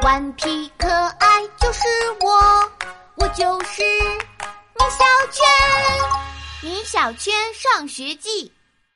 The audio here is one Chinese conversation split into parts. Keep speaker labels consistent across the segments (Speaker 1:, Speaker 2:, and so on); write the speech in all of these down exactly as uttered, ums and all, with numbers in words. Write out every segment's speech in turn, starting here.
Speaker 1: 顽皮可爱就是我，我就是米小圈。米小圈上学记。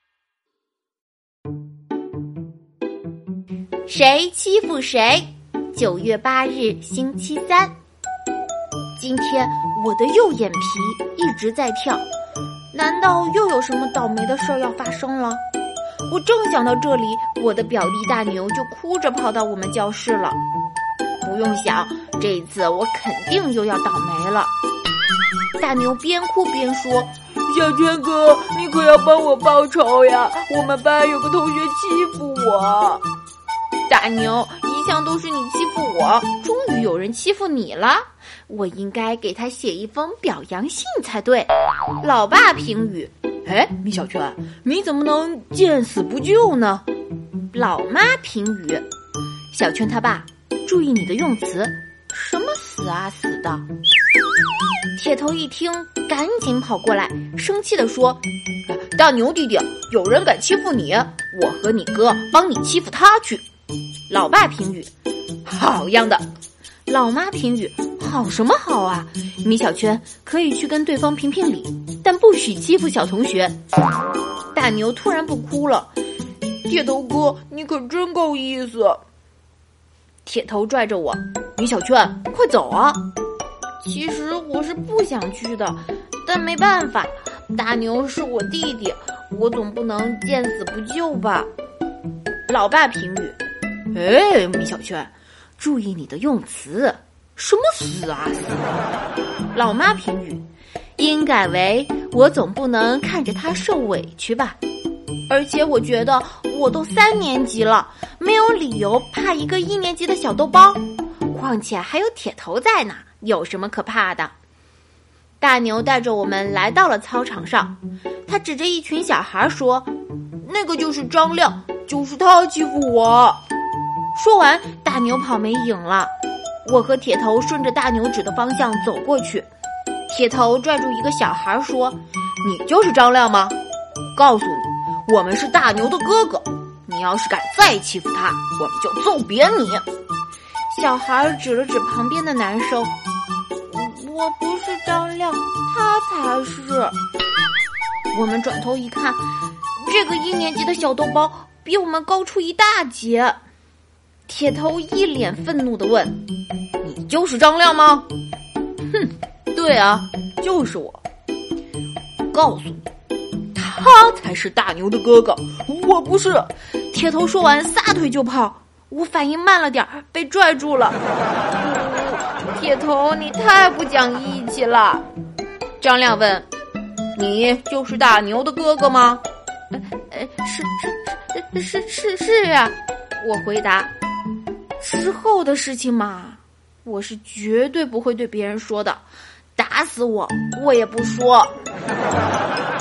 Speaker 1: 谁欺负谁？九月八日，星期三。今天我的右眼皮一直在跳，难道又有什么倒霉的事儿要发生了？我正想到这里，我的表弟大牛就哭着跑到我们教室了。不用想，这一次我肯定又要倒霉了。大牛边哭边说：“
Speaker 2: 小圈哥，你可要帮我报仇呀！我们班有个同学欺负我。”
Speaker 1: 大牛，一向都是你欺负我，终于有人欺负你了，我应该给他写一封表扬信才对。老爸评语：
Speaker 2: 哎，米小圈，你怎么能见死不救呢？
Speaker 1: 老妈评语：小圈他爸，注意你的用词，什么死啊死的。铁头一听，赶紧跑过来，生气地说：
Speaker 2: 大牛弟弟，有人敢欺负你，我和你哥帮你欺负他去。
Speaker 1: 老爸评语：
Speaker 2: 好样的。
Speaker 1: 老妈评语：好什么好啊，米小圈可以去跟对方评评理，但不许欺负小同学。大牛突然不哭了：
Speaker 2: 铁头哥，你可真够意思。
Speaker 1: 铁头拽着我：
Speaker 2: 米小圈，快走啊。
Speaker 1: 其实我是不想去的，但没办法，大牛是我弟弟，我总不能见死不救吧。老爸评语：
Speaker 2: 哎，米小圈，注意你的用词，什么死啊死啊。
Speaker 1: 老妈评语：应改为我总不能看着他受委屈吧。而且我觉得我都三年级了，没有理由怕一个一年级的小豆包，况且还有铁头在呢，有什么可怕的？大牛带着我们来到了操场上，他指着一群小孩说：
Speaker 2: 那个就是张亮，就是他欺负我。
Speaker 1: 说完，大牛跑没影了。我和铁头顺着大牛指的方向走过去，铁头拽住一个小孩说：
Speaker 2: 你就是张亮吗？告诉你，我们是大牛的哥哥，你要是敢再欺负他，我们就揍扁你。
Speaker 1: 小孩指了指旁边的男生：我不是张亮，他才是。我们转头一看，这个一年级的小豆包比我们高出一大截。铁头一脸愤怒地问：
Speaker 2: 你就是张亮吗？哼，对啊，就是我。告诉你，他才是大牛的哥哥，我不是。
Speaker 1: 铁头说完撒腿就跑，我反应慢了点，被拽住了。铁头，你太不讲义气了。
Speaker 2: 张亮问：你就是大牛的哥哥吗？
Speaker 1: 呃呃，是是是是是呀，我回答。之后的事情嘛，我是绝对不会对别人说的，打死我我也不说。